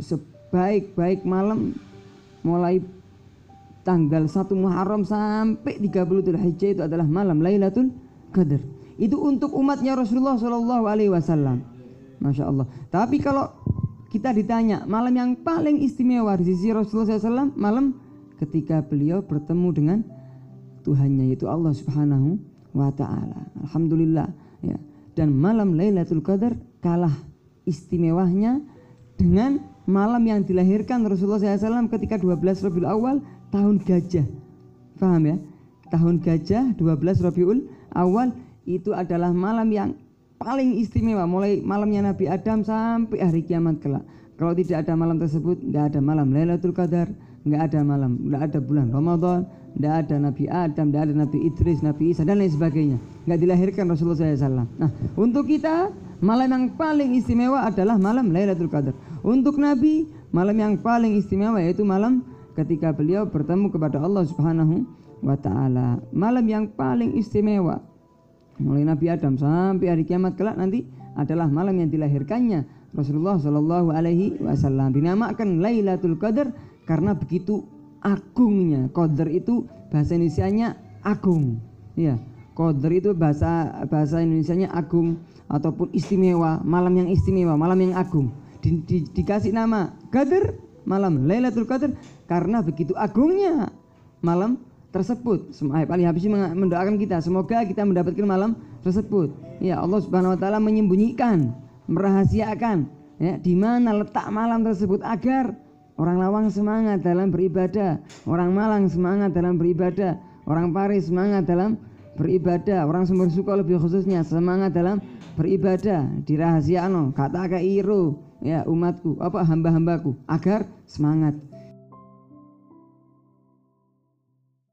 sebaik-baik malam mulai tanggal 1 Muharram sampai 30 Dzulhijjah itu adalah malam Lailatul Qadar. Itu untuk umatnya Rasulullah Shallallahu Alaihi Wasallam. Masya Allah. Tapi kalau kita ditanya malam yang paling istimewa di sisi Rasulullah SAW, malam ketika beliau bertemu dengan Tuhannya, yaitu Allah Subhanahu wa Ta'ala. Alhamdulillah ya. Dan malam Lailatul Qadar kalah istimewanya dengan malam yang dilahirkan Rasulullah SAW ketika 12 Rabiul Awal tahun gajah. Paham ya? Tahun gajah 12 Rabiul Awal itu adalah malam yang paling istimewa, mulai malamnya Nabi Adam sampai hari kiamat kelak. Kalau tidak ada malam tersebut, tidak ada malam Lailatul Qadar, tidak ada bulan Ramadan, tidak ada Nabi Adam, tidak ada Nabi Idris, Nabi Isa dan lain sebagainya. Tidak dilahirkan Rasulullah SAW. Nah, untuk kita malam yang paling istimewa adalah malam Lailatul Qadar. Untuk Nabi, malam yang paling istimewa yaitu malam ketika beliau bertemu kepada Allah Subhanahu wa Ta'ala. Malam yang paling istimewa mulai Nabi Adam sampai hari kiamat kelak nanti adalah malam yang dilahirkannya Rasulullah Shallallahu Alaihi Wasallam. Dinamakan Lailatul Qadar karena begitu agungnya. Qadar itu bahasa Indonesianya agung. Ya, Qadar itu bahasa Indonesianya agung ataupun istimewa, malam yang istimewa, malam yang agung. Dikasih nama Qadar, malam Lailatul Qadar karena begitu agungnya malam tersebut. Ali Habsyi mendoakan kita semoga kita mendapatkan malam tersebut. Ya, Allah Subhanahu wa Ta'ala menyembunyikan, merahasiakan ya di mana letak malam tersebut agar orang Lawang semangat dalam beribadah, orang Malang semangat dalam beribadah, orang Paris semangat dalam beribadah, orang Sumber Suko lebih khususnya semangat dalam beribadah. Dirahasiakan kata iro ya umatku, hamba-hambaku agar semangat.